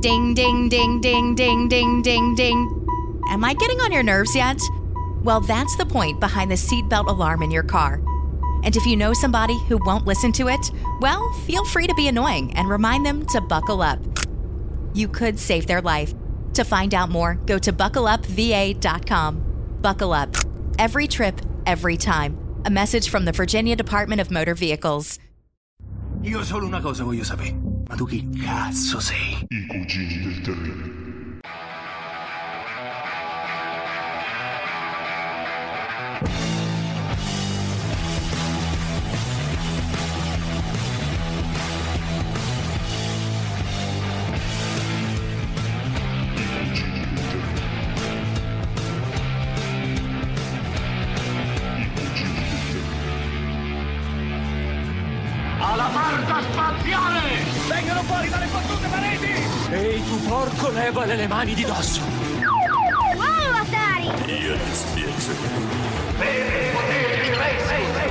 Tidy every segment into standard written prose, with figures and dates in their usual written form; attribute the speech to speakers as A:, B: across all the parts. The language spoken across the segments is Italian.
A: Ding, ding, ding, ding, ding, ding, ding, ding. Am I getting on your nerves yet? Well, that's the point behind the seatbelt alarm in your car. And if you know somebody who won't listen to it, well, feel free to be annoying and remind them to buckle up. You could save their life. To find out more, go to buckleupva.com. Buckle up. Every trip, every time. A message from the Virginia Department of Motor Vehicles.
B: Io solo una cosa voglio sapere. Ma tu chi cazzo sei?
C: I cugini del terribile.
B: Alla porta spaziale! Vengono fuori dalle fottute pareti! Ehi, tu porco, levale le mani di dosso!
D: Wow, Atari!
C: Io ti spiego.
B: Vedi i poteri di Racing!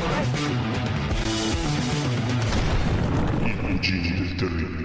C: I cugini del terribile.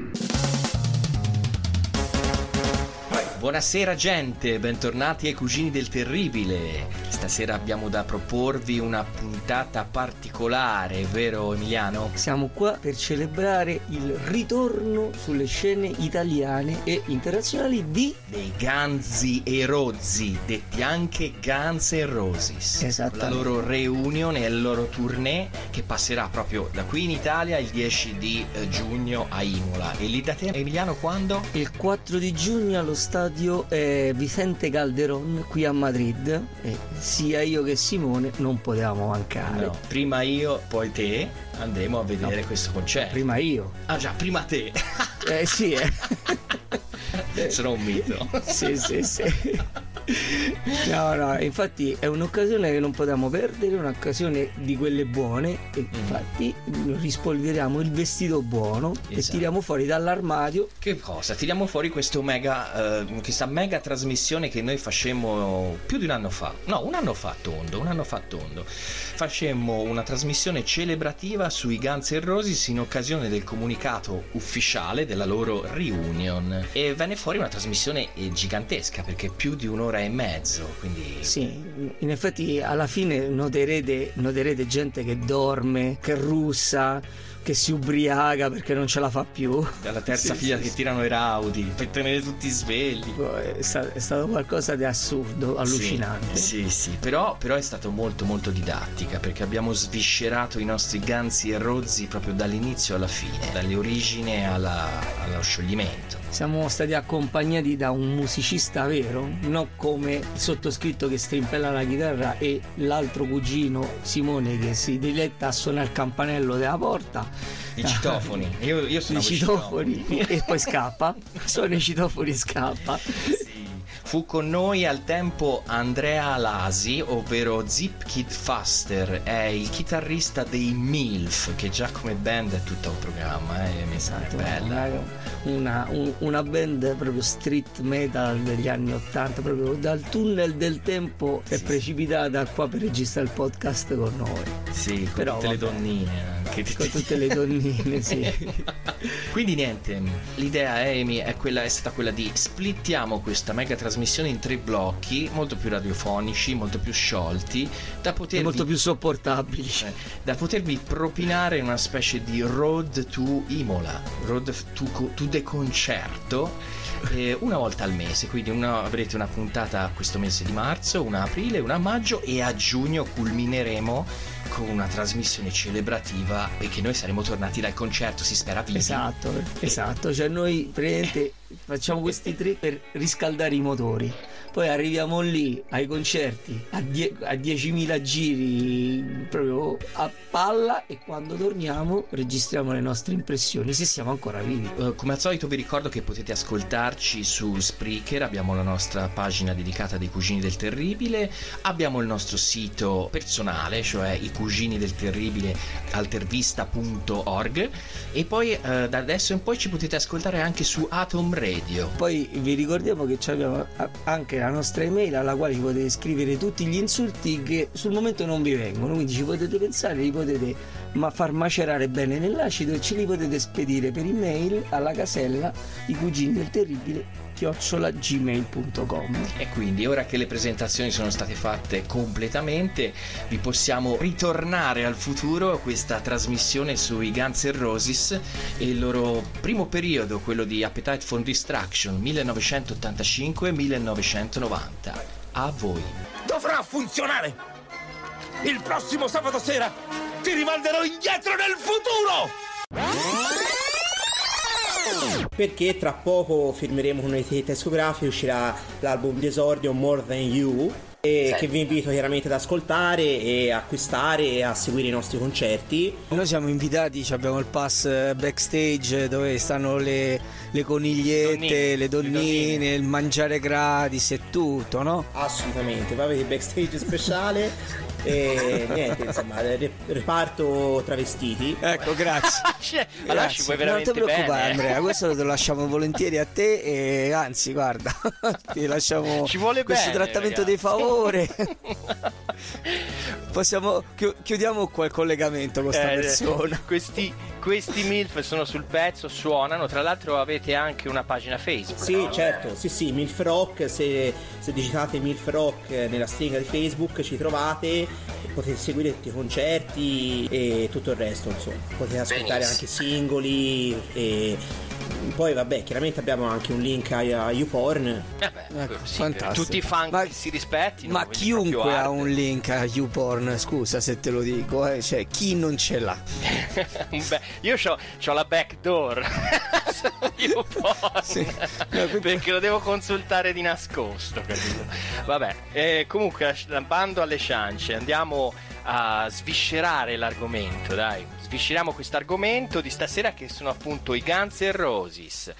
E: Buonasera gente, bentornati ai Cugini del Terribile. Stasera abbiamo da proporvi una puntata particolare, vero Emiliano?
F: Siamo qua per celebrare il ritorno sulle scene italiane e internazionali
E: dei Ganzi e Rozzi, detti anche Guns N' Roses.
F: Esattamente.
E: La loro reunion e il loro tournée che passerà proprio da qui in Italia il 10 di giugno a Imola. E lì da te, Emiliano, quando?
F: il 4 di giugno allo stadio Vicente Calderón qui a Madrid, e sia io che Simone non potevamo mancare.
E: No, prima io, poi te andremo a vedere questo concerto.
F: Prima io.
E: Ah già, prima te.
F: Sì.
E: Sono un mito.
F: Sì. No, infatti è un'occasione che non potevamo perdere, un'occasione di quelle buone, e infatti rispolveriamo il vestito buono.
E: Esatto.
F: E tiriamo fuori dall'armadio.
E: Che cosa? Tiriamo fuori questa mega trasmissione che noi facemmo più di un anno fa. No, un anno fa tondo. Facemmo una trasmissione celebrativa sui Guns N' Roses in occasione del comunicato ufficiale della loro reunion. E venne fuori una trasmissione gigantesca, perché più di un'ora e mezzo, quindi...
F: Sì, in effetti alla fine noterete gente che dorme, che russa, che si ubriaca perché non ce la fa più.
E: Dalla terza figlia che tirano i rauti per tenere tutti svegli.
F: È stato qualcosa di assurdo, allucinante.
E: Sì, però è stato molto molto didattica, perché abbiamo sviscerato i nostri Ganzi e Rozzi proprio dall'inizio alla fine, dalle origini allo scioglimento.
F: Siamo stati accompagnati da un musicista vero, non come il sottoscritto che strimpella la chitarra e l'altro cugino Simone che si diletta a suonare il campanello della porta.
E: I citofoni. Io sono
F: i citofoni e poi scappa. Suona i citofoni e scappa.
E: Fu con noi al tempo Andrea Lasi, ovvero Zip Kid Faster, è il chitarrista dei MILF, che già come band è tutto un programma,
F: Esatto,
E: è bella.
F: Una band proprio street metal degli anni 80, proprio dal tunnel del tempo è precipitata qua per registrare il podcast con noi.
E: Sì, con
F: però,
E: tutte le donnine anche.
F: Con tutte le donnine, sì.
E: Quindi niente, l'idea è stata quella di splittiamo questa mega trasmissione in 3 blocchi molto più radiofonici, molto più sciolti,
F: molto più sopportabili,
E: da potervi propinare una specie di road to Imola, road to the concerto, una volta al mese. Quindi avrete una puntata questo mese di marzo, una a aprile, una a maggio, e a giugno culmineremo con una trasmissione celebrativa, perché noi saremo tornati dal concerto, si spera vivi.
F: Esatto, cioè noi praticamente facciamo questi 3 per riscaldare i motori, poi arriviamo lì ai concerti a 10.000 giri proprio a palla, e quando torniamo registriamo le nostre impressioni, se siamo ancora vivi.
E: Come al solito vi ricordo che potete ascoltarci su Spreaker, abbiamo la nostra pagina dedicata dei Cugini del Terribile, abbiamo il nostro sito personale, cioè i Cugini del Terribile altervista.org, e poi da adesso in poi ci potete ascoltare anche su Atom Radio.
F: Poi vi ricordiamo che abbiamo anche la nostra email alla quale ci potete scrivere tutti gli insulti che sul momento non vi vengono, quindi ci potete pensare, li potete ma far macerare bene nell'acido, e ce li potete spedire per email alla casella i cugini del terribile @gmail.com.
E: E quindi, ora che le presentazioni sono state fatte completamente, vi possiamo ritornare al futuro, questa trasmissione sui Guns N' Roses e il loro primo periodo, quello di Appetite for Destruction 1985-1990. A voi.
B: Dovrà funzionare! Il prossimo sabato sera ti rimanderò indietro nel futuro!
G: Perché tra poco firmeremo con un'etichetta discografica, uscirà l'album di esordio More Than You, e che vi invito chiaramente ad ascoltare e acquistare e a seguire i nostri concerti.
F: Noi siamo invitati, abbiamo il pass backstage dove stanno le conigliette, le donnine, il mangiare gratis e tutto, no?
G: Assolutamente, poi avete il backstage speciale e niente, insomma, reparto travestiti.
F: Ecco, grazie.
H: Allora ci vuoi veramente
F: non ti preoccupare,
H: bene.
F: Andrea, questo lo lasciamo volentieri a te, e anzi, guarda, ti lasciamo
H: Ci vuole
F: questo
H: bene,
F: trattamento
H: ragazzi.
F: dei favore. Possiamo chiudiamo qua il collegamento con questa persona.
H: Questi MILF sono sul pezzo, suonano. Tra l'altro avete anche una pagina Facebook.
G: Sì,
H: no?
G: certo, sì, MILF Rock, se digitate MILF Rock nella stringa di Facebook ci trovate, potete seguire tutti i concerti e tutto il resto, insomma, potete ascoltare anche singoli, e poi vabbè, chiaramente abbiamo anche un link a YouPorn.
H: Sì,
F: fantastico.
H: per tutti i fan
F: Ma-
H: che si rispettino.
F: Ma
H: quindi
F: chiunque
H: proprio
F: ha
H: arte.
F: un link a YouPorn, scusa se te lo dico, cioè chi non ce l'ha?
H: Beh, io c'ho la backdoor. Io posso. Perché lo devo consultare di nascosto, capito? Vabbè, comunque, bando alle ciance, andiamo a sviscerare l'argomento, dai. Svisceriamo questo argomento di stasera, che sono appunto i Guns N' Roses.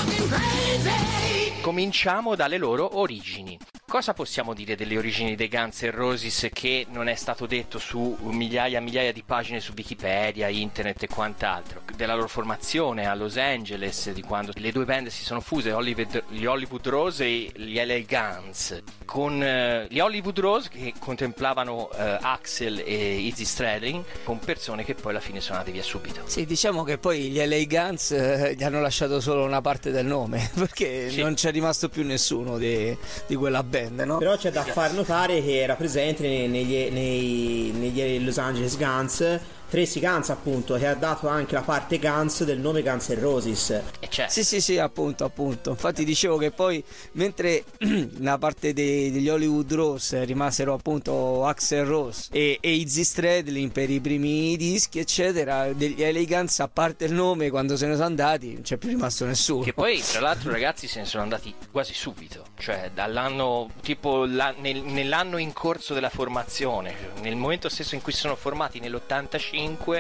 H: Cominciamo dalle loro origini. Cosa possiamo dire delle origini dei Guns N' Roses che non è stato detto su migliaia e migliaia di pagine su Wikipedia, internet e quant'altro? Della loro formazione a Los Angeles, di quando le due band si sono fuse, gli Hollywood Rose e gli LA Guns, con gli Hollywood Rose che contemplavano Axl e Izzy Stradlin, con persone che poi alla fine sono andate via subito.
F: Sì, diciamo che poi gli LA Guns gli hanno lasciato solo una parte del nome, perché
H: Sì.
F: non c'è rimasto più nessuno di quella band, no?
G: Però c'è da far notare che era presente negli Los Angeles Guns Tracy Guns, appunto, che ha dato anche la parte Guns del nome Guns N' Roses.
H: E c'è.
F: Sì, appunto. Infatti dicevo che poi, mentre nella parte degli Hollywood Rose rimasero appunto Axl Rose e Izzy Stradlin per i primi dischi, eccetera, degli LA Guns, a parte il nome, quando se ne sono andati non c'è più rimasto nessuno.
H: Che poi, tra l'altro, ragazzi, se ne sono andati quasi subito, cioè dall'anno, tipo nell'anno in corso della formazione, nel momento stesso in cui si sono formati, nell'85,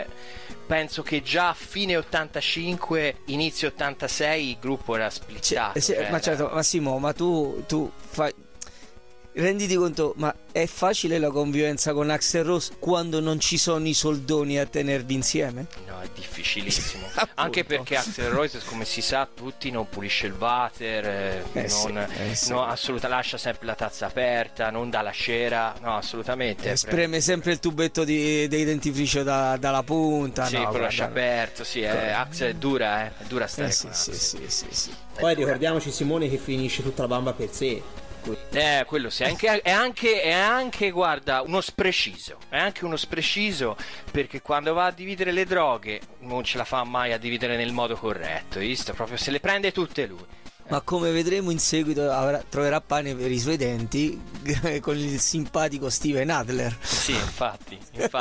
H: penso che già a fine 85, inizio 86 il gruppo era splittato.
F: Ma certo, ma Simo, ma tu fai, renditi conto, ma è facile la convivenza con Axl Rose quando non ci sono i soldoni a tenervi insieme?
H: No, è difficilissimo. Anche perché Axl Rose, come si sa tutti, non pulisce il water,
F: sì.
H: no, assolutamente, lascia sempre la tazza aperta, non dà la cera, no, assolutamente.
F: Spreme sempre il tubetto di dentifricio dalla punta.
H: Sì,
F: no,
H: poi lascia aperto, sì, Axl è dura stare
F: sì,
H: con
F: sì,
H: Axl.
F: sì.
G: Poi ricordiamoci Simone che finisce tutta la bamba per sé.
H: Quello sì, è anche, guarda, uno spreciso. È anche uno spreciso, perché quando va a dividere le droghe non ce la fa mai a dividere nel modo corretto, hai visto? Proprio se le prende tutte lui.
F: Ma come vedremo in seguito troverà pane per i suoi denti con il simpatico Steven Adler.
H: Sì, infatti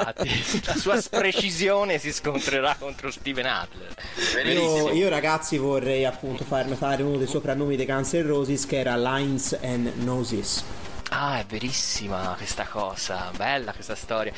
H: la sua sprecisione si scontrerà contro Steven Adler.
G: Io ragazzi vorrei appunto far notare uno dei soprannomi dei Guns N' Roses, che era Lines and Noses.
H: Ah, è verissima questa cosa, bella questa storia.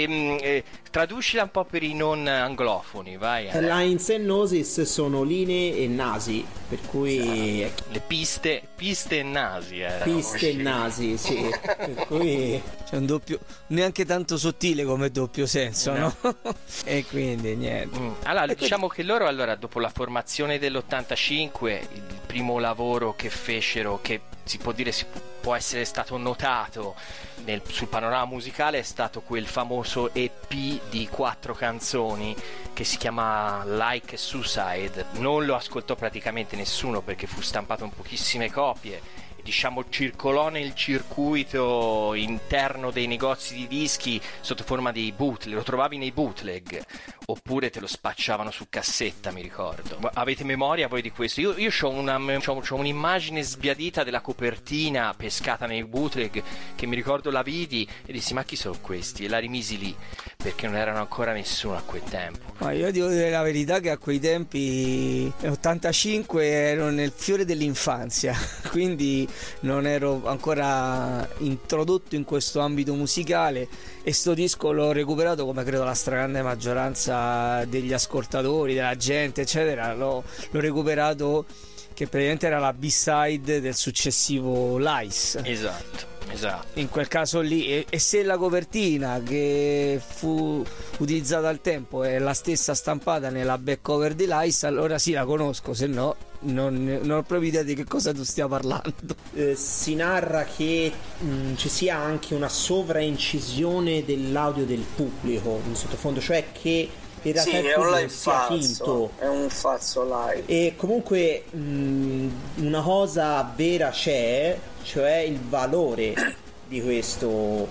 H: Traducila un po' per i non anglofoni, vai.
G: Lines and Noses sono linee e nasi, per cui
H: Le piste e nasi.
G: piste e nasi, sì. Per cui
F: C'è un doppio, neanche tanto sottile come doppio senso, no? E quindi niente.
H: Allora, diciamo che loro, dopo la formazione dell'85, il primo lavoro che fecero, che può essere stato notato sul panorama musicale è stato quel famoso EP di 4 canzoni che si chiama Like a Suicide. Non lo ascoltò praticamente nessuno perché fu stampato in pochissime copie, diciamo circolò nel circuito interno dei negozi di dischi sotto forma di bootleg, lo trovavi nei bootleg oppure te lo spacciavano su cassetta, mi ricordo. Avete memoria voi di questo? Io c'ho un'immagine sbiadita della copertina pescata nei bootleg che mi ricordo la vidi e dissi ma chi sono questi? E la rimisi lì perché non erano ancora nessuno a quel tempo.
F: Ma io devo dire la verità che a quei tempi 85 ero nel fiore dell'infanzia quindi non ero ancora introdotto in questo ambito musicale e sto disco l'ho recuperato come credo la stragrande maggioranza degli ascoltatori, della gente eccetera, l'ho recuperato che praticamente era la B-side del successivo Lies.
H: Esatto.
F: In quel caso lì, e se la copertina che fu utilizzata al tempo è la stessa stampata nella back cover di Lies, allora sì la conosco, se no non ho proprio idea di che cosa tu stia parlando.
G: Si narra che ci sia anche una sovraincisione dell'audio del pubblico in sottofondo, cioè che in realtà
F: è un live
G: sia
F: falso,
G: finto.
F: è un falso live.
G: E comunque una cosa vera c'è, cioè il valore di questo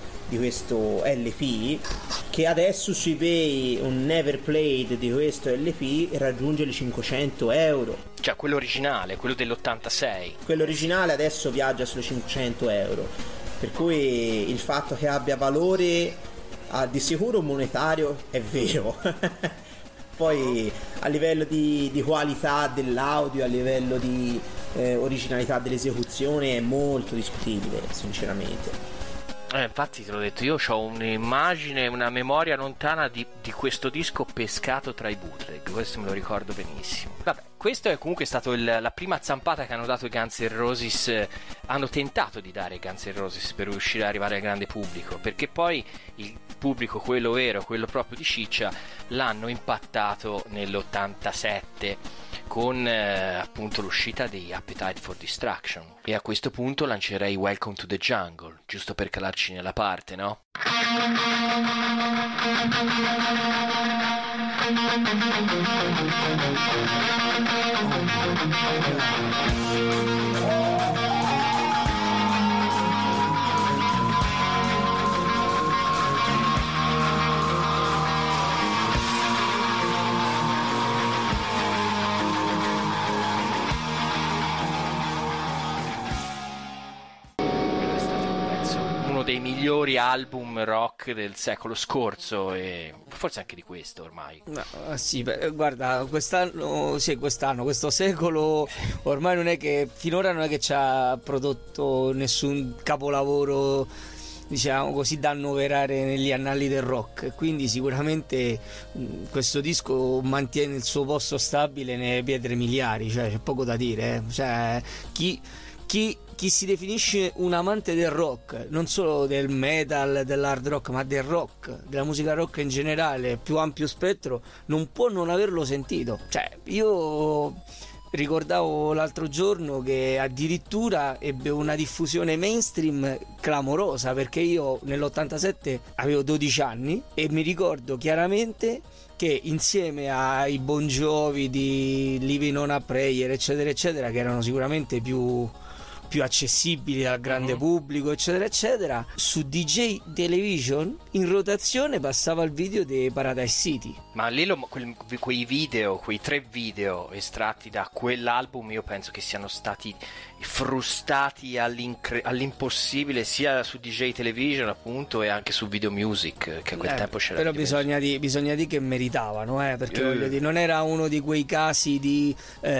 G: LP, che adesso su eBay un never played di questo LP raggiunge i 500 euro.
H: Cioè quello originale, quello dell'86.
G: Quello originale adesso viaggia sulle 500 euro, per cui il fatto che abbia valore di sicuro monetario è vero. Poi a livello di qualità dell'audio, a livello di originalità dell'esecuzione è molto discutibile, sinceramente.
H: Infatti te l'ho detto, io ho un'immagine, una memoria lontana di questo disco pescato tra i bootleg, questo me lo ricordo benissimo. Vabbè, questo è comunque stato la prima zampata che hanno dato i Guns N' Roses, hanno tentato di dare i Guns N' Roses per riuscire ad arrivare al grande pubblico, perché poi il pubblico, quello vero, quello proprio di ciccia, l'hanno impattato nell'87 con appunto l'uscita di Appetite for Destruction, e a questo punto lancerei Welcome to the Jungle, giusto per calarci nella parte, no? Dei migliori album rock del secolo scorso e forse anche di questo ormai.
F: Sì, guarda, questo secolo ormai non è che finora non è che ci ha prodotto nessun capolavoro, diciamo così, da annoverare negli annali del rock, quindi sicuramente questo disco mantiene il suo posto stabile nelle pietre miliari, cioè c'è poco da dire, cioè chi si definisce un amante del rock, non solo del metal, dell'hard rock, ma del rock, della musica rock in generale, più ampio spettro, non può non averlo sentito. Cioè, io ricordavo l'altro giorno che addirittura ebbe una diffusione mainstream clamorosa, perché io nell'87 avevo 12 anni e mi ricordo chiaramente che insieme ai Bon Jovi di Living on a Prayer eccetera eccetera, che erano sicuramente più accessibili al grande pubblico eccetera eccetera, su DJ Television in rotazione passava il video dei Paradise City.
H: Ma lì quei video, quei 3 video estratti da quell'album, io penso che siano stati frustati all'impossibile sia su DJ Television appunto e anche su Video Music, che a quel tempo c'era.
F: Però bisogna dire che meritavano, perché voglio dire, non era uno di quei casi di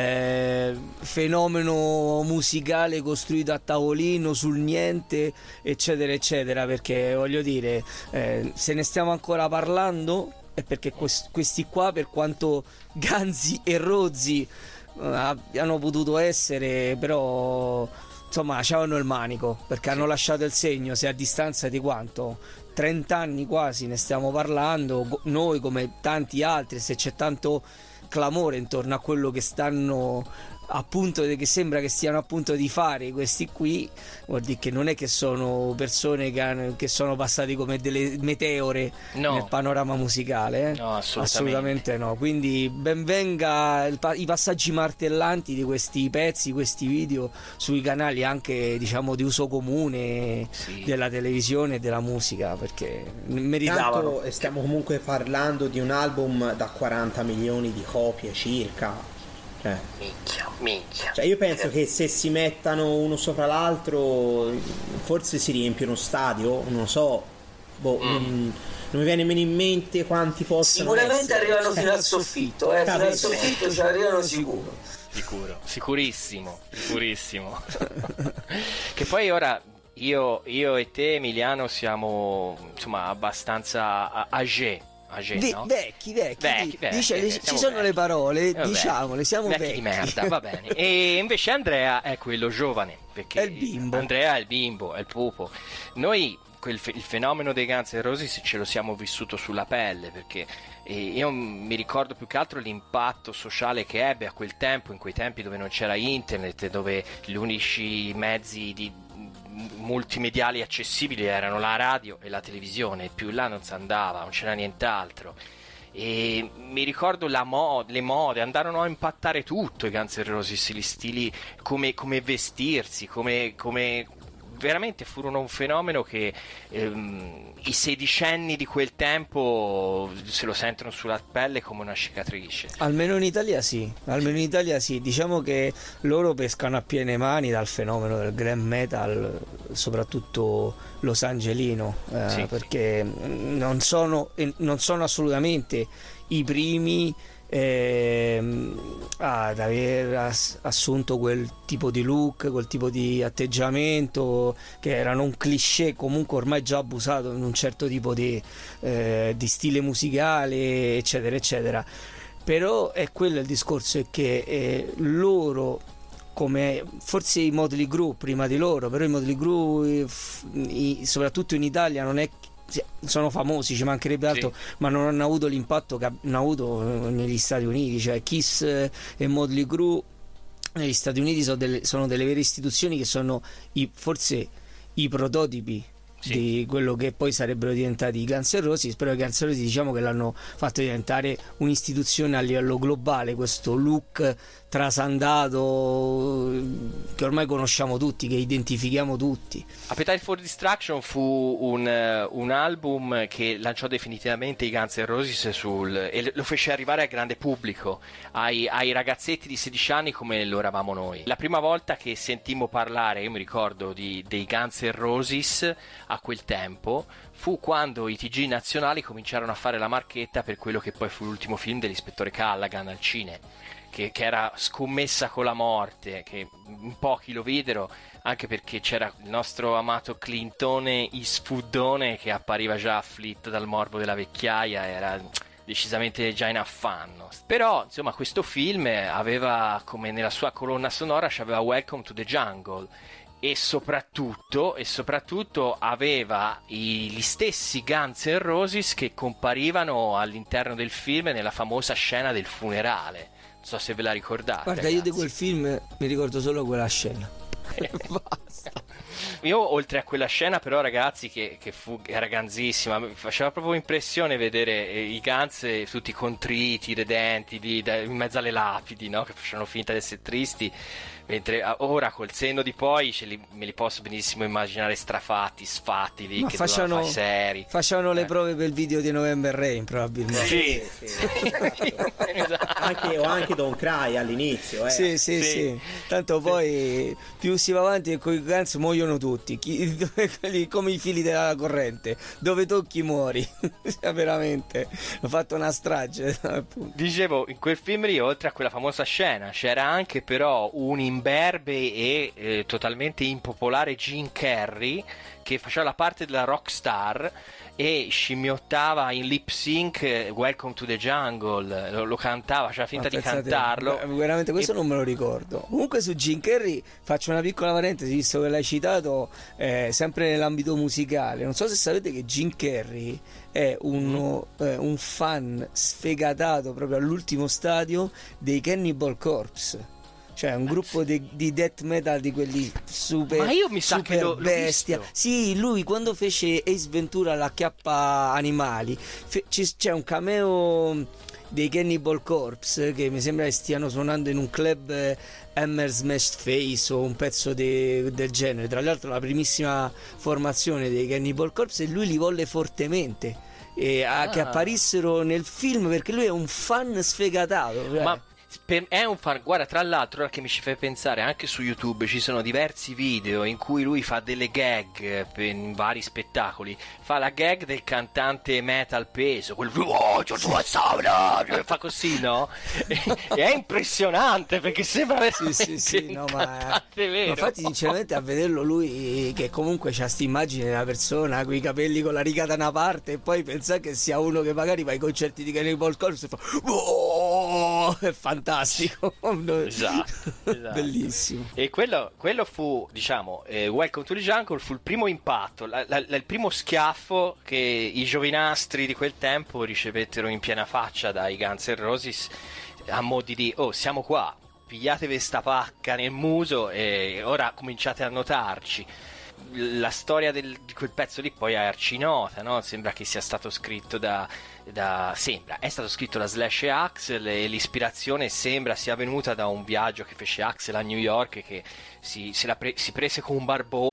F: fenomeno musicale costruito a tavolino sul niente eccetera eccetera, perché voglio dire, se ne stiamo ancora parlando è perché questi qua, per quanto ganzi e rozzi hanno potuto essere, però insomma c'avevano il manico, perché hanno lasciato il segno. Se a distanza di quanto 30 anni quasi ne stiamo parlando, noi come tanti altri, se c'è tanto clamore intorno a quello che stanno appunto che sembra che stiano a punto di fare questi qui, vuol dire che non è che sono persone che sono passate come delle meteore nel panorama musicale,
H: No,
F: assolutamente no. Quindi ben venga i passaggi martellanti di questi pezzi, questi video sui canali anche diciamo di uso comune della televisione e della musica, perché meritavano.
G: Tanto stiamo comunque parlando di un album da 40 milioni di copie circa.
H: Minchia.
G: Cioè io penso che se si mettano uno sopra l'altro forse si riempie uno stadio, non lo so, non mi viene nemmeno in mente quanti possono
F: sicuramente
G: essere.
F: arrivano fino al soffitto, fino al soffitto ci arrivano
H: sicurissimo. Che poi ora io e te, Emiliano, siamo insomma abbastanza âgé, no?
F: vecchi. Dice, ci sono le parole, diciamole, siamo vecchi
H: di merda, va bene. E invece Andrea è quello giovane, perché
F: è il bimbo.
H: Andrea è il bimbo, è il pupo. Noi il fenomeno dei Guns N' Roses ce lo siamo vissuto sulla pelle, perché io mi ricordo più che altro l'impatto sociale che ebbe a quel tempo, in quei tempi dove non c'era internet, dove gli unici mezzi multimediali accessibili erano la radio e la televisione, più là non si andava, non c'era nient'altro. E mi ricordo le mode andarono a impattare tutto i Guns N' Roses, gli stili, come vestirsi, come veramente furono un fenomeno che i sedicenni di quel tempo se lo sentono sulla pelle come una cicatrice.
F: Almeno in Italia sì, diciamo che loro pescano a piene mani dal fenomeno del glam metal, soprattutto losangelino, perché non sono assolutamente i primi ad aver assunto quel tipo di look, quel tipo di atteggiamento che erano un cliché comunque ormai già abusato in un certo tipo di stile musicale, eccetera eccetera. Però è quello il discorso, è che loro, come forse i Motley Crue prima di loro, però i Motley Crue soprattutto in Italia non è, sono famosi, ci mancherebbe altro, ma non hanno avuto l'impatto che hanno avuto negli Stati Uniti. Cioè Kiss e Motley Crue negli Stati Uniti sono delle vere istituzioni, che sono forse i prototipi di quello che poi sarebbero diventati i Guns N' Roses. Però i Guns N' Roses diciamo che l'hanno fatto diventare un'istituzione a livello globale, questo look trasandato che ormai conosciamo tutti, che identifichiamo tutti.
H: Appetite for Destruction fu un album che lanciò definitivamente i Guns N' Roses e lo fece arrivare al grande pubblico, ai ragazzetti di 16 anni come lo eravamo noi. La prima volta che sentimmo parlare, io mi ricordo, dei Guns N' Roses a quel tempo fu quando i TG nazionali cominciarono a fare la marchetta per quello che poi fu l'ultimo film dell'ispettore Callaghan al cinema, che era Scommessa con la morte, che in pochi lo videro, anche perché c'era il nostro amato Clintone Eastwoodone che appariva già afflitto dal morbo della vecchiaia, era decisamente già in affanno. Però insomma questo film aveva, come nella sua colonna sonora, c'aveva Welcome to the Jungle, e soprattutto aveva gli stessi Guns N' Roses che comparivano all'interno del film nella famosa scena del funerale. Non so se ve la ricordate.
F: Guarda,
H: ragazzi,
F: io di quel film mi ricordo solo quella scena. Basta.
H: Io oltre a quella scena però, ragazzi, che era ganzissima, mi faceva proprio impressione vedere i Guns tutti contriti, redenti in mezzo alle lapidi, no? Che facevano finta di essere tristi, mentre ora col senno di poi me li posso benissimo immaginare strafatti, sfatti lì, che dovevano fare seri.
F: Facevano le prove per il video di November Rain probabilmente.
G: Sì. O anche Don't Cry all'inizio.
F: Sì. Tanto poi più si va avanti e con i Guns muoiono tutti, come i fili della corrente, dove tocchi muori. Veramente ho fatto una strage.
H: Dicevo, in quel film lì, oltre a quella famosa scena, c'era anche però un imberbe e totalmente impopolare Jim Carrey che faceva la parte della rockstar e scimmiottava in lip sync Welcome to the Jungle, lo cantava, faceva finta di cantarlo.
F: Veramente questo non me lo ricordo. Comunque su Jim Carrey faccio una piccola parentesi, visto che l'hai citato, sempre nell'ambito musicale. Non so se sapete che Jim Carrey è un fan sfegatato proprio all'ultimo stadio dei Cannibal Corpse. cioè un gruppo di death metal di quelli super,
H: ma io mi sa che l'ho
F: bestia.
H: visto.
F: Sì, lui quando fece Ace Ventura la chiappa animali c'è un cameo dei Cannibal Corpse che mi sembra che stiano suonando in un club Hammer Smashed Face o un pezzo del genere. Tra l'altro la primissima formazione dei Cannibal Corpse, e lui li volle fortemente che apparissero nel film perché lui è un fan sfegatato, cioè.
H: Ma è un fan, guarda, tra l'altro, ora che mi ci fai pensare, anche su YouTube ci sono diversi video in cui lui fa delle gag in vari spettacoli. Fa la gag del cantante metal peso, quel fa così, no? E è impressionante perché sembra
F: sì, no, ma
H: vero.
F: Infatti sinceramente a vederlo lui, che comunque c'ha sta immagine della persona con i capelli con la rigata da una parte, e poi pensa che sia uno che magari va ai concerti di Cannibal Corpse e fa è fantastico.
H: Esatto.
F: Bellissimo.
H: E quello fu, diciamo, Welcome to the Jungle fu il primo impatto, il primo schiaffo che i giovinastri di quel tempo ricevettero in piena faccia dai Guns N' Roses, a mo' di siamo qua, pigliatevi sta pacca nel muso e ora cominciate a notarci. La storia di quel pezzo lì poi è arcinota, no? Sembra che sia stato scritto è stato scritto da Slash e Axl, e l'ispirazione sembra sia venuta da un viaggio che fece Axl a New York, che si prese con un barbone.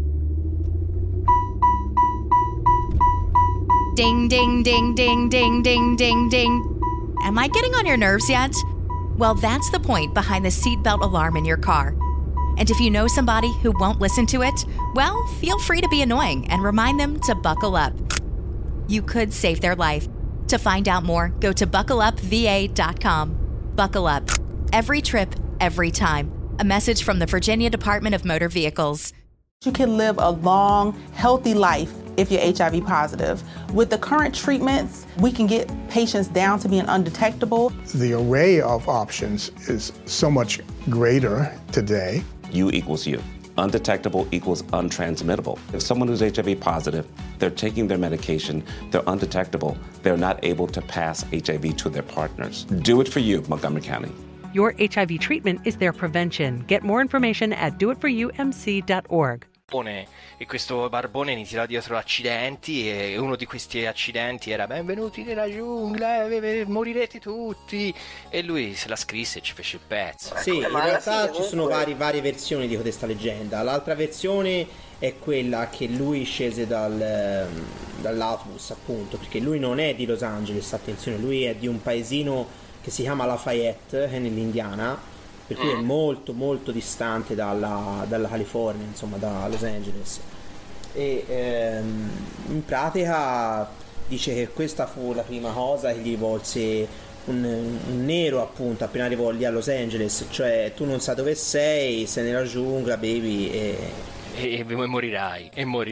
A: Ding, ding, ding, ding, ding, ding, ding, ding. Am I getting on your nerves yet? Well, that's the point behind the seatbelt alarm in your car. And if you know somebody who won't listen to it, well, feel free to be annoying and remind them to buckle up. You could save their life. To find out more, go to buckleupva.com. Buckle up. Every trip, every time. A message from the Virginia Department of Motor Vehicles.
I: You can live a long, healthy life if you're HIV positive. With the current treatments, we can get patients down to being undetectable.
C: The array of options is so much greater today.
J: U equals U. Undetectable equals untransmittable. If someone who's HIV positive, they're taking their medication, they're undetectable, they're not able to pass HIV to their partners. Do it for you, Montgomery County.
K: Your HIV treatment is their prevention. Get more information at doitforumc.org.
H: E questo barbone ne tirò dietro accidenti, e uno di questi accidenti era benvenuti nella giungla, morirete tutti, e lui se la scrisse e ci fece il pezzo.
G: Sì, in realtà ci sono varie versioni di questa leggenda. L'altra versione è quella che lui scese dall'autobus, appunto, perché lui non è di Los Angeles, attenzione, lui è di un paesino che si chiama Lafayette, è nell'Indiana, per cui è molto molto distante dalla California, insomma, da Los Angeles. E in pratica dice che questa fu la prima cosa che gli volse un nero, appunto, appena arrivò lì a Los Angeles, cioè tu non sai dove sei nella giungla, baby,
H: e morirai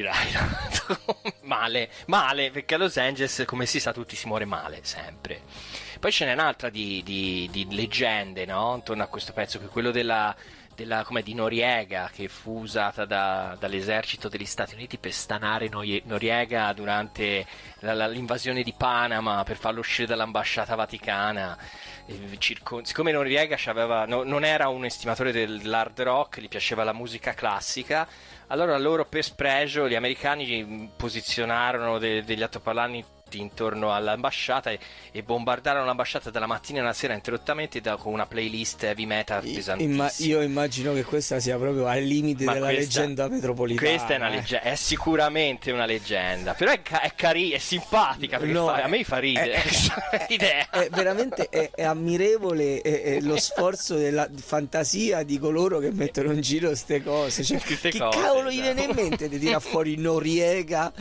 H: male, perché a Los Angeles, come si sa, tutti si muore male sempre. Poi ce n'è un'altra di leggende, no? Intorno a questo pezzo, che è quello di Noriega, che fu usata dall'esercito degli Stati Uniti per stanare Noriega durante l'invasione di Panama, per farlo uscire dall'ambasciata vaticana. Siccome Noriega non era un estimatore dell'hard rock, gli piaceva la musica classica, allora loro, per spregio, gli americani posizionarono degli altoparlanti intorno all'ambasciata e bombardarono l'ambasciata dalla mattina alla sera interrottamente con una playlist heavy metal pesantissima.
F: Io immagino che questa sia proprio al limite della leggenda metropolitana.
H: Questa è una leggenda, è sicuramente una leggenda, però è carina, è simpatica, perché a me fa ridere.
F: È veramente è ammirevole lo sforzo della fantasia di coloro che mettono in giro queste cose. Cioè, cavolo gli viene in mente di tirare fuori Noriega?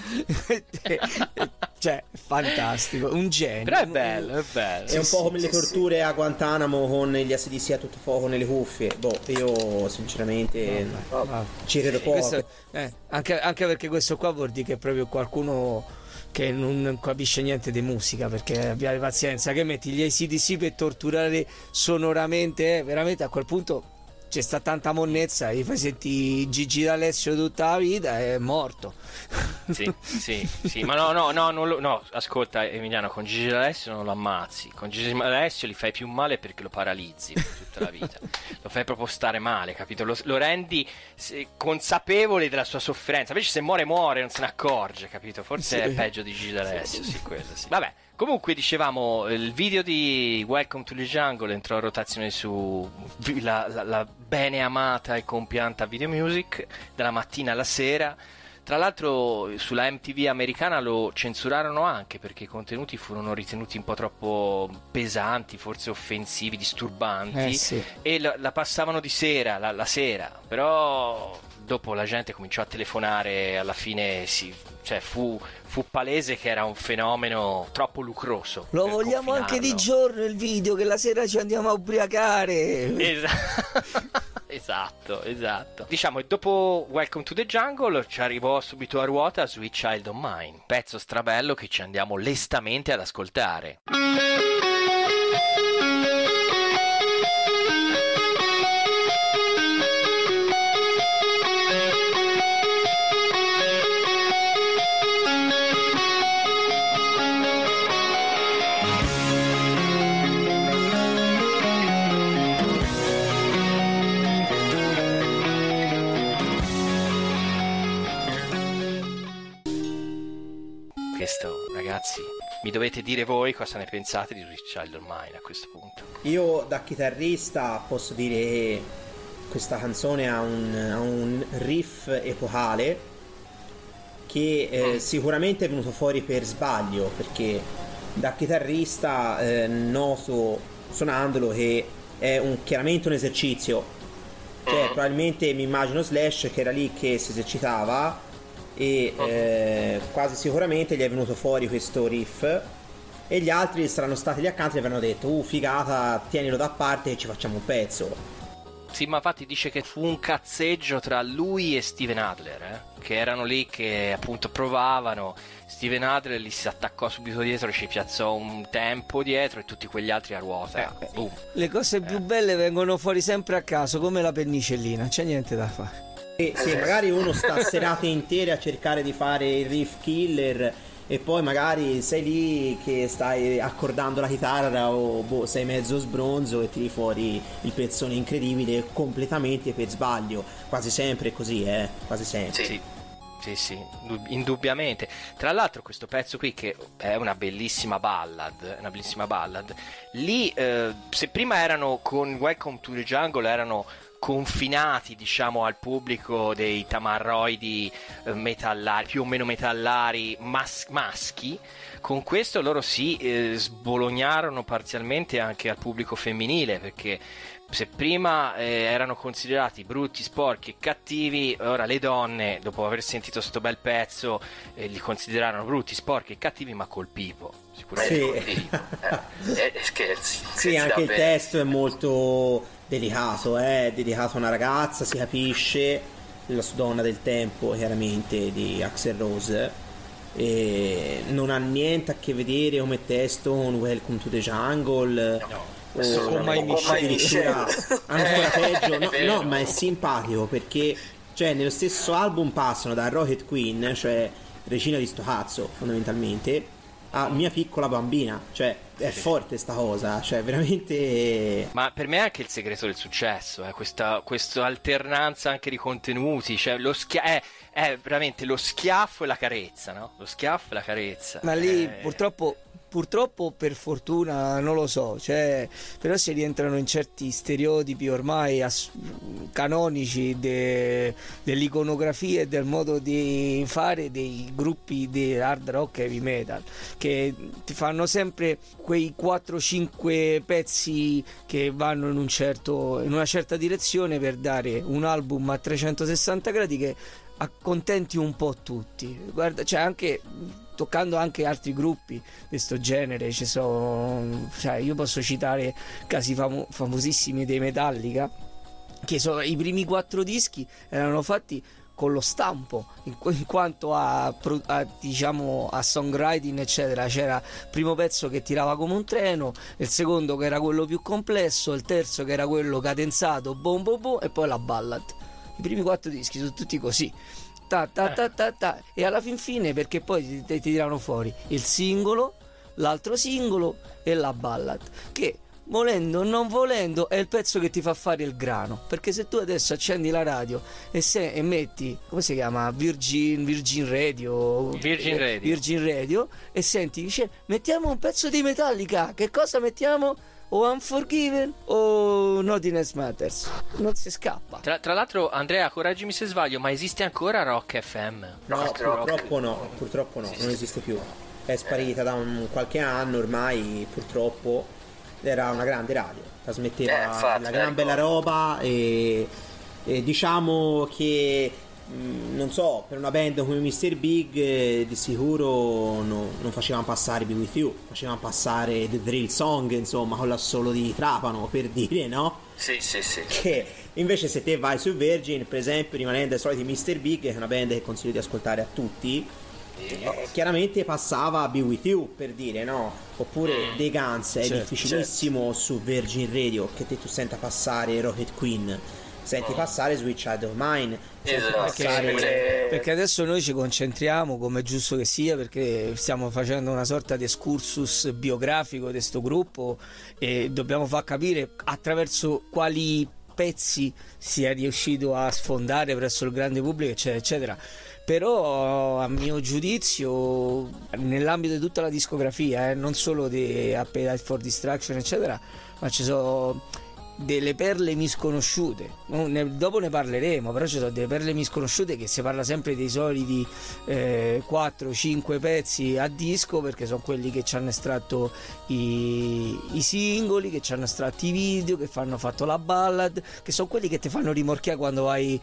F: Cioè, fantastico, un genio.
H: Però è bello.
G: È un po' come le torture a Guantanamo con gli assedisti a tutto fuoco nelle cuffie. Io sinceramente ci credo poco.
F: Anche perché questo qua vuol dire che è proprio qualcuno che non capisce niente di musica, perché abbiate pazienza, che metti gli AC/DC per torturare sonoramente, veramente a quel punto c'è sta tanta monnezza, gli fai sentire Gigi D'Alessio tutta la vita, è morto.
H: Sì, ma no, ascolta Emiliano, con Gigi D'Alessio non lo ammazzi, con Gigi D'Alessio gli fai più male perché lo paralizzi per tutta la vita, lo fai proprio stare male, capito? Lo rendi consapevole della sua sofferenza, invece se muore non se ne accorge, capito? Forse è peggio di Gigi D'Alessio, sì, quello sì. Vabbè, comunque dicevamo, il video di Welcome to the Jungle entrò in rotazione su la bene amata e compianta Video Music dalla mattina alla sera. Tra l'altro sulla MTV americana lo censurarono anche perché i contenuti furono ritenuti un po' troppo pesanti, forse offensivi, disturbanti, e la passavano di sera, la sera, però dopo la gente cominciò a telefonare, alla fine fu palese che era un fenomeno troppo lucroso.
F: Lo vogliamo anche di giorno il video, che la sera ci andiamo a ubriacare. Esatto. Diciamo, e dopo Welcome to the Jungle ci arrivò subito a ruota Sweet Child O' Mine, pezzo strabello che ci andiamo lestamente ad ascoltare. Questo, ragazzi, mi dovete dire voi cosa ne pensate di Sweet Child O' Mine a questo punto.
G: Io da chitarrista posso dire che questa canzone ha un riff epocale che sicuramente è venuto fuori per sbaglio, perché da chitarrista noto suonandolo che è chiaramente un esercizio, cioè probabilmente mi immagino Slash che era lì che si esercitava e quasi sicuramente gli è venuto fuori questo riff e gli altri saranno stati lì accanto e gli avranno detto figata, tienilo da parte e ci facciamo un pezzo.
H: Sì, ma infatti dice che fu un cazzeggio tra lui e Steven Adler, che erano lì che appunto provavano. Steven Adler li si attaccò subito dietro, ci piazzò un tempo dietro e tutti quegli altri a ruota. Boom.
F: Le cose più belle vengono fuori sempre a caso, come la pennicellina, c'è niente da fare.
G: Se magari uno sta serate intere a cercare di fare il riff killer e poi magari sei lì che stai accordando la chitarra o sei mezzo sbronzo e tiri fuori il pezzone incredibile completamente per sbaglio, quasi sempre è così, quasi sempre.
H: Sì, indubbiamente. Tra l'altro questo pezzo qui, che è una bellissima ballad, lì se prima erano con Welcome to the Jungle erano confinati, diciamo, al pubblico dei tamarroidi metallari, più o meno metallari maschi, con questo loro si sbolognarono parzialmente anche al pubblico femminile, perché se prima erano considerati brutti, sporchi e cattivi, ora le donne, dopo aver sentito sto bel pezzo, li considerarono brutti, sporchi e cattivi, ma col pipo, sicuramente.
L: Scherzi.
G: Sì, anche il testo è molto delicato, è dedicato a una ragazza, si capisce, la donna del tempo, chiaramente, di Axl Rose, e non ha niente a che vedere come testo con Welcome to the Jungle. Addirittura ancora peggio. No, ma è simpatico perché, cioè, nello stesso album passano da Rocket Queen, cioè regina di sto cazzo fondamentalmente, a Mia piccola bambina, cioè è forte sta cosa, cioè veramente.
H: Ma per me è anche il segreto del successo, questa alternanza anche di contenuti, cioè è veramente lo schiaffo e la carezza, no? Lo schiaffo e la carezza.
F: Ma lì purtroppo per fortuna non lo so, cioè, però si rientrano in certi stereotipi ormai canonici dell'iconografia e del modo di fare dei gruppi di hard rock e heavy metal, che ti fanno sempre quei 4-5 pezzi che vanno in una certa direzione per dare un album a 360 gradi che accontenti un po' tutti. Guarda, cioè, anche toccando anche altri gruppi di questo genere, cioè, io posso citare casi famosissimi dei Metallica, che i primi 4 dischi erano fatti con lo stampo in quanto a diciamo a songwriting eccetera. C'era il primo pezzo che tirava come un treno, il secondo che era quello più complesso, il terzo che era quello cadenzato bom bom bom, e poi la ballad. I primi 4 dischi sono tutti così, ta ta ta ta ta, e alla fin fine, perché poi ti tirano fuori il singolo, l'altro singolo e la ballad, che volendo o non volendo è il pezzo che ti fa fare il grano. Perché se tu adesso accendi la radio e metti, come si chiama, Virgin Radio e senti, dice mettiamo un pezzo di Metallica, che cosa mettiamo? O Unforgiven o Nothing Else Matters, non si scappa.
H: Tra l'altro, Andrea, correggimi se sbaglio, ma esiste ancora Rock FM?
G: No, purtroppo no, non esiste più, è sparita da qualche anno ormai, purtroppo. Era una grande radio, trasmetteva la gran bella roba, e diciamo che non so, per una band come Mr. Big di sicuro non facevano passare Be With You, facevano passare The Thrill Song, insomma, con l'assolo di Trapano, per dire, no?
L: Sì.
G: Che invece se te vai su Virgin, per esempio, rimanendo ai soliti Mr. Big, che è una band che consiglio di ascoltare a tutti, chiaramente passava Be With You, per dire, no? Oppure The Guns, è difficilissimo su Virgin Radio che tu senta passare Rocket Queen, senti passare Sweet Child of Mine,
F: perché adesso noi ci concentriamo, come è giusto che sia, perché stiamo facendo una sorta di excursus biografico di questo gruppo e dobbiamo far capire attraverso quali pezzi si è riuscito a sfondare presso il grande pubblico, eccetera eccetera. Però a mio giudizio, nell'ambito di tutta la discografia, non solo di Appetite for Destruction eccetera, ma ci sono delle perle misconosciute. Dopo ne parleremo, però ci sono delle perle misconosciute, che si parla sempre dei soliti 4-5 pezzi a disco, perché sono quelli che ci hanno estratto i singoli, che ci hanno estratto i video, che hanno fatto la ballad, che sono quelli che ti fanno rimorchiare quando vai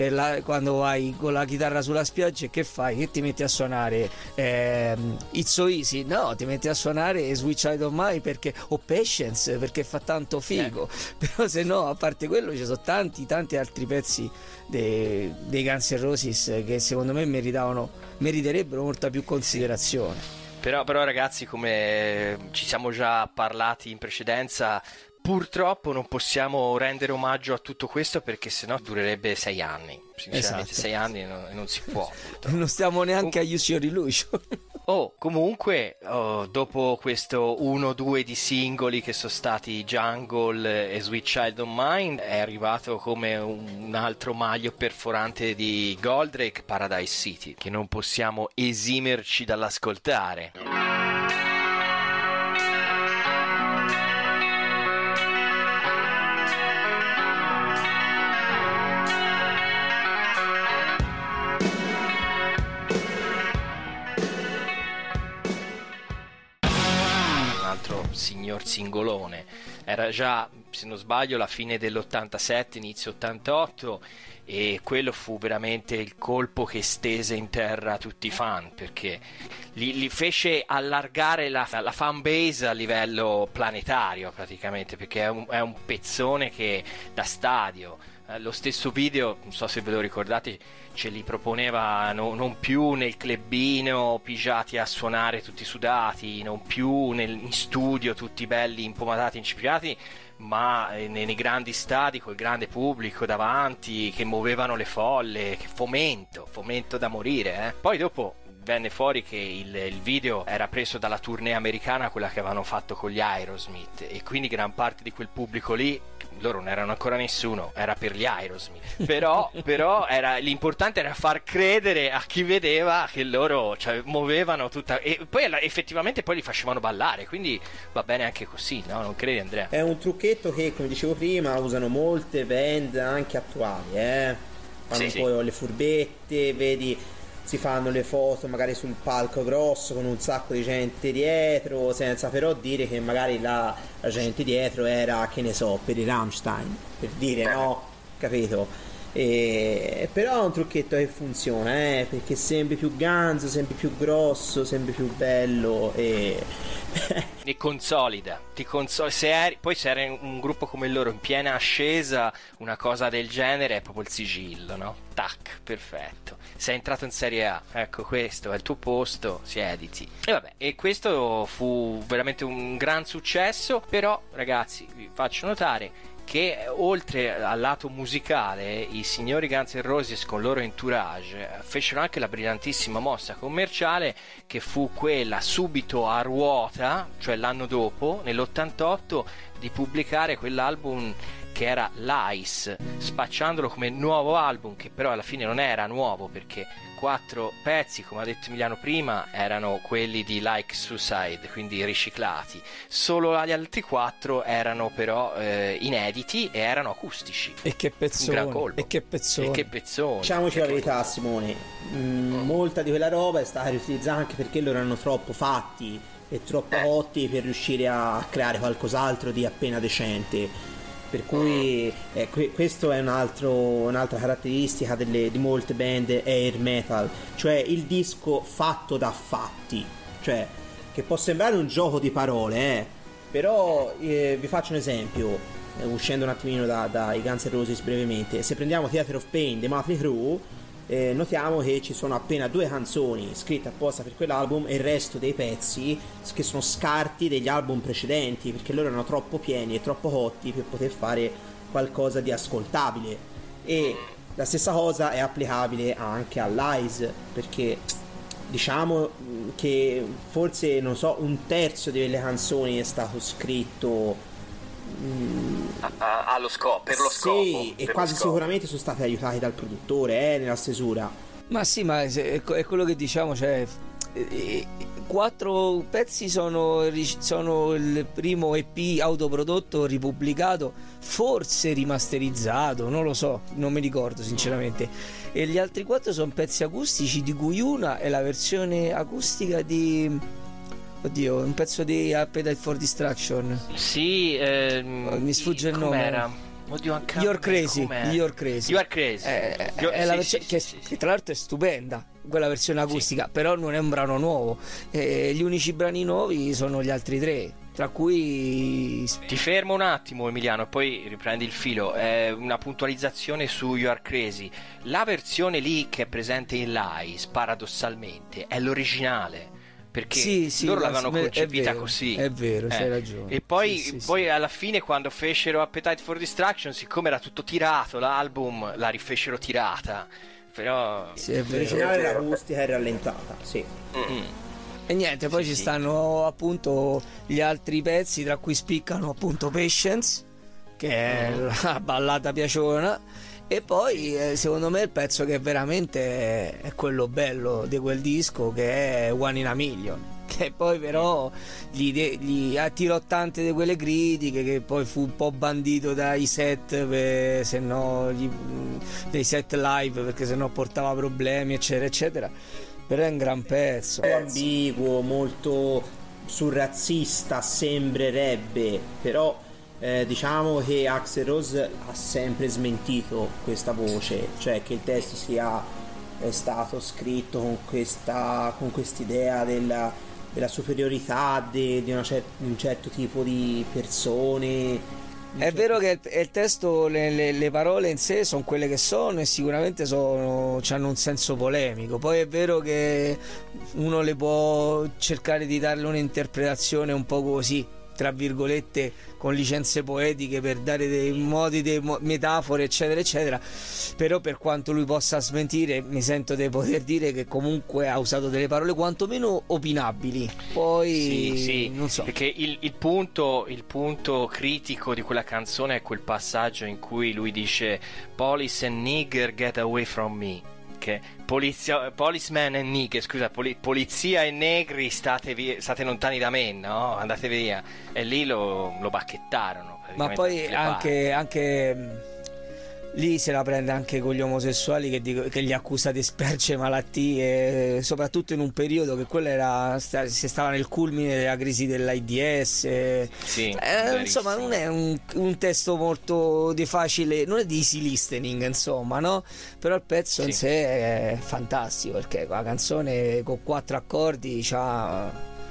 F: con la chitarra sulla spiaggia. E che fai? Che ti metti a suonare It's So Easy? No, ti metti a suonare Sweet Child of Mine o Patience, perché fa tanto figo. Però se no, a parte quello, ci sono tanti altri pezzi dei Guns N' Roses che secondo me meriterebbero molta più considerazione.
H: Però ragazzi, come ci siamo già parlati in precedenza, purtroppo non possiamo rendere omaggio a tutto questo, perché sennò durerebbe 6 anni. Sinceramente, 6 anni non si può.
F: Non stiamo neanche a Use Your Illusion.
H: Comunque, dopo questo 1-2 di singoli che sono stati Jungle e Sweet Child of Mine, è arrivato come un altro maglio perforante di Goldrake, Paradise City, che non possiamo esimerci dall'ascoltare. Signor singolone, era già, se non sbaglio, la fine dell'87, inizio 88, e quello fu veramente il colpo che stese in terra tutti i fan, perché li fece allargare la fan base a livello planetario praticamente, perché è un pezzone che da stadio. Lo stesso video, non so se ve lo ricordate, ce li proponeva non più nel clubino pigiati a suonare tutti sudati, non più in studio tutti belli impomatati, incipriati, ma nei grandi stadi col grande pubblico davanti che muovevano le folle, che fomento da morire. Poi dopo venne fuori che il video era preso dalla tournée americana, quella che avevano fatto con gli Aerosmith, e quindi gran parte di quel pubblico lì, loro non erano ancora nessuno, era per gli Aerosmith, però l'importante era far credere a chi vedeva che loro, cioè, muovevano tutta, e poi effettivamente poi li facevano ballare, quindi va bene anche così, no? Non credi, Andrea?
G: È un trucchetto che, come dicevo prima, usano molte band anche attuali, fanno
H: sì,
G: poi le furbette, vedi, si fanno le foto magari sul palco grosso con un sacco di gente dietro, senza però dire che magari la gente dietro era, che ne so, per i Rammstein, per dire, no? Capito? Però è un trucchetto che funziona, perché sembri più ganzo, sembri più grosso, sembri più bello, e
H: E consolida, poi se eri un gruppo come loro in piena ascesa, una cosa del genere è proprio il sigillo, no? Tac, perfetto. Sei entrato in Serie A, ecco, questo è il tuo posto, siediti. E vabbè, e questo fu veramente un gran successo. Però, ragazzi, vi faccio notare che oltre al lato musicale i signori Guns N' Roses con loro entourage fecero anche la brillantissima mossa commerciale che fu quella subito a ruota, cioè l'anno dopo, nell'88, di pubblicare quell'album che era Lies, spacciandolo come nuovo album, che però alla fine non era nuovo, perché 4 pezzi, come ha detto Emiliano prima, erano quelli di Like Suicide, quindi riciclati. Solo gli altri 4 erano però inediti e erano acustici.
F: E che pezzone,
H: un gran colpo.
F: E che pezzone.
G: Diciamoci la verità, Simone, molta di quella roba è stata riutilizzata anche perché loro erano troppo fatti e troppo cotti per riuscire a creare qualcos'altro di appena decente. Per cui questo è un'altra caratteristica di molte band air metal, cioè il disco fatto da fatti, cioè che può sembrare un gioco di parole, però vi faccio un esempio, uscendo un attimino dai Guns N' Roses brevemente. Se prendiamo Theater of Pain dei Mötley Crüe, notiamo che ci sono appena 2 canzoni scritte apposta per quell'album e il resto dei pezzi che sono scarti degli album precedenti, perché loro erano troppo pieni e troppo cotti per poter fare qualcosa di ascoltabile. E la stessa cosa è applicabile anche a Lies, perché diciamo che forse, non so, 1/3 delle canzoni è stato scritto
H: per lo scopo.
G: Sì, e quasi sicuramente sono stati aiutati dal produttore nella stesura.
F: Ma sì, ma è quello che diciamo, cioè 4 pezzi sono il primo EP autoprodotto ripubblicato, forse rimasterizzato, non lo so, non mi ricordo sinceramente. E gli altri 4 sono pezzi acustici, di cui una è la versione acustica di un pezzo di Appetite for Destruction.
H: Sì,
F: mi sfugge il nome.
H: Com'era? Oddio, anche
F: You're Crazy.
H: È
F: la versione che tra l'altro è stupenda, quella versione acustica, però non è un brano nuovo. Gli unici brani nuovi sono gli altri 3, tra cui...
H: Ti fermo un attimo, Emiliano, e poi riprendi il filo. Una puntualizzazione su You Are Crazy. La versione lì che è presente in Lies, paradossalmente, è l'originale, perché loro l'avevano concepita così.
F: È vero, c'hai ragione.
H: E poi alla fine, quando fecero Appetite for Destruction, siccome era tutto tirato l'album, la rifecero tirata. Però
G: l'originale era acustica e rallentata, sì.
F: E niente, poi ci stanno appunto gli altri pezzi, tra cui spiccano appunto Patience, che è la ballata piaciona. E poi secondo me il pezzo che veramente è quello bello di quel disco, che è One in a Million, che poi però gli attirò tante di quelle critiche, che poi fu un po' bandito dai set, dei set live, perché sennò portava problemi eccetera eccetera. Però è un gran pezzo,
G: ambiguo, molto surrazzista sembrerebbe, però diciamo che Axl Rose ha sempre smentito questa voce, cioè che il testo è stato scritto con quest'idea della superiorità di un certo tipo di persone.
F: È vero che il testo, le parole in sé sono quelle che sono, e sicuramente hanno un senso polemico. Poi è vero che uno le può cercare di darle un'interpretazione un po' così, tra virgolette, con licenze poetiche, per dare dei modi, delle metafore eccetera eccetera. Però per quanto lui possa smentire, mi sento di poter dire che comunque ha usato delle parole quantomeno opinabili. Poi
H: sì,
F: non so,
H: perché il punto critico di quella canzone è quel passaggio in cui lui dice "Police and nigger get away from me", che policeman and nigger, scusa, polizia e negri, state lontani da me, no? Andate via. E lì lo bacchettarono.
F: Ma poi anche lì se la prende anche con gli omosessuali, che li accusa di sperge malattie, soprattutto in un periodo che quello si stava nel culmine della crisi dell'AIDS. Insomma, non è un testo molto di facile, non è di easy listening, insomma, no? Però il pezzo in sé è fantastico, perché la canzone con 4 accordi c'ha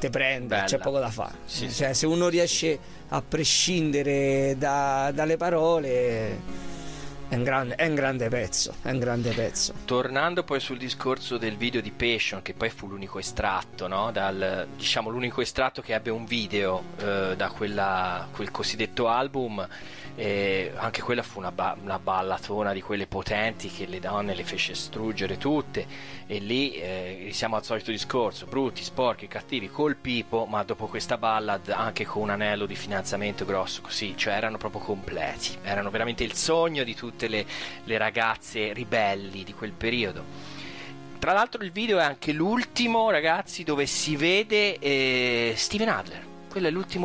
F: te prende,
H: Bella.
F: c'è poco da fare.
H: Sì,
F: Cioè, se uno riesce a prescindere dalle parole, è un grande pezzo.
H: Tornando poi sul discorso del video di Passion, che poi fu l'unico estratto, no? Diciamo l'unico estratto che ebbe un video da quel cosiddetto album. Anche quella fu una ballatona di quelle potenti che le donne le fece struggere tutte, e lì siamo al solito discorso: brutti, sporchi, cattivi col pipo, ma dopo questa ballad anche con un anello di fidanzamento grosso così, cioè erano proprio completi, erano veramente il sogno di tutte le ragazze ribelli di quel periodo. Tra l'altro il video è anche l'ultimo, ragazzi, dove si vede Steven Adler. Quello è l'ultimo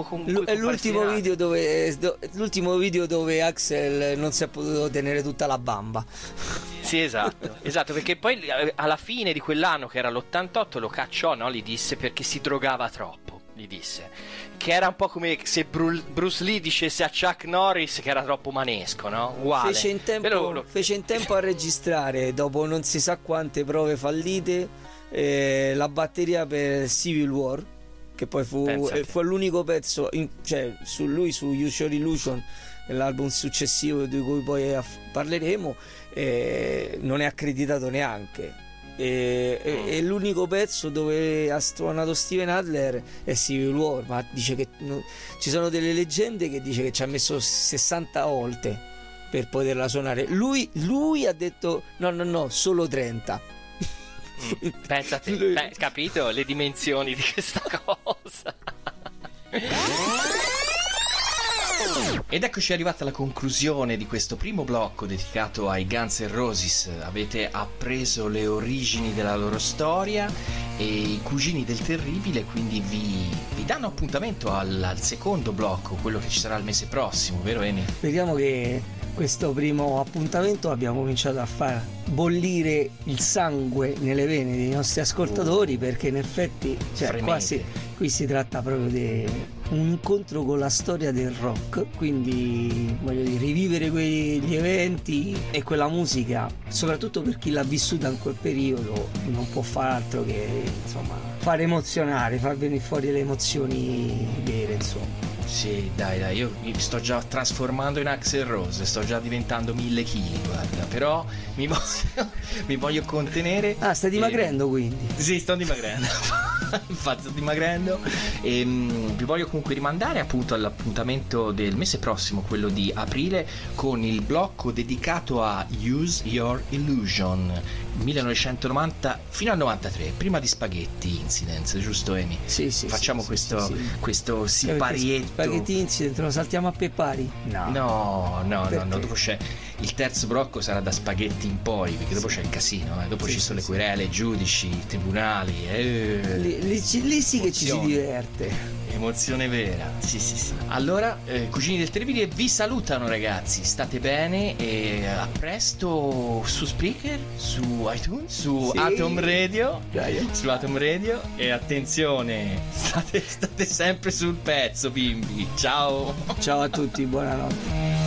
F: l'ultimo video dove Axel non si è potuto tenere tutta la bamba.
H: Sì, esatto, perché poi alla fine di quell'anno, che era l'88, lo cacciò, no? Gli disse perché si drogava troppo, gli disse, che era un po' come se Bruce Lee dicesse a Chuck Norris che era troppo manesco, no? Uguale.
F: Fece in tempo a registrare, dopo non si sa quante prove fallite, la batteria per Civil War, che poi fu l'unico pezzo su lui, su Use Your Illusion, l'album successivo di cui poi parleremo, non è accreditato neanche, e l'unico pezzo dove ha suonato Steven Adler è Civil War, ma dice che ci sono delle leggende che dice che ci ha messo 60 volte per poterla suonare. Lui ha detto no, solo 30.
H: Pensate, capito le dimensioni di questa cosa.
E: Ed eccoci arrivati alla conclusione di questo primo blocco dedicato ai Guns N' Roses. Avete appreso le origini della loro storia e i cugini del terribile, quindi vi danno appuntamento al secondo blocco, quello che ci sarà il mese prossimo, vero Emi?
F: Speriamo che questo primo appuntamento abbiamo cominciato a far bollire il sangue nelle vene dei nostri ascoltatori, perché in effetti qui si tratta proprio di un incontro con la storia del rock, quindi voglio dire, rivivere quegli eventi e quella musica, soprattutto per chi l'ha vissuta in quel periodo, non può far altro che far emozionare, far venire fuori le emozioni vere, insomma.
E: Sì, dai, io mi sto già trasformando in Axl Rose, sto già diventando 1000 kg, guarda, però mi voglio contenere.
F: Ah, stai dimagrendo quindi?
E: Sì, sto dimagrendo. Infatti sto dimagrendo e vi voglio comunque rimandare appunto all'appuntamento del mese prossimo, quello di aprile, con il blocco dedicato a Use Your Illusion 1990 fino al 93, prima di Spaghetti Incident, giusto Emi?
F: Sì.
E: Facciamo questo siparietto.
F: Spaghetti Incident lo saltiamo a Peppari?
E: No, dopo c'è il terzo blocco, sarà da Spaghetti in poi, perché dopo c'è il casino, dopo ci sono le querele, giudici, tribunali,
F: lì sì che ci si diverte.
E: Emozione vera, sì. Allora, cugini del terribile vi salutano, ragazzi, state bene e a presto su Spreaker, su iTunes, su Atom Radio, su Atom Radio, e attenzione, state sempre sul pezzo, bimbi. Ciao
F: a tutti, buonanotte.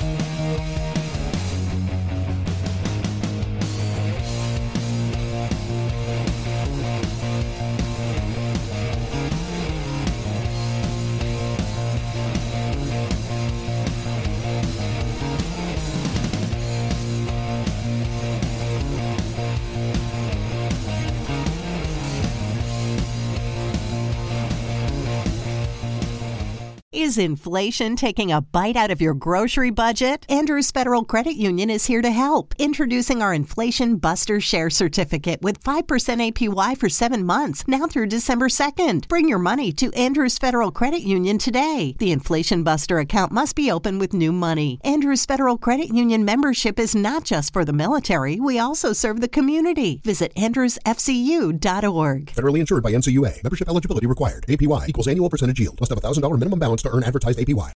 M: Is inflation taking a bite out of your grocery budget? Andrews Federal Credit Union is here to help. Introducing our Inflation Buster Share Certificate with 5% APY for 7 months, now through December 2nd. Bring your money to Andrews Federal Credit Union today. The Inflation Buster account must be open with new money. Andrews Federal Credit Union membership is not just for the military. We also serve the community. Visit andrewsfcu.org.
N: Federally insured by NCUA. Membership eligibility required. APY equals annual percentage yield. Must have $1,000 minimum balance to earn advertised APY.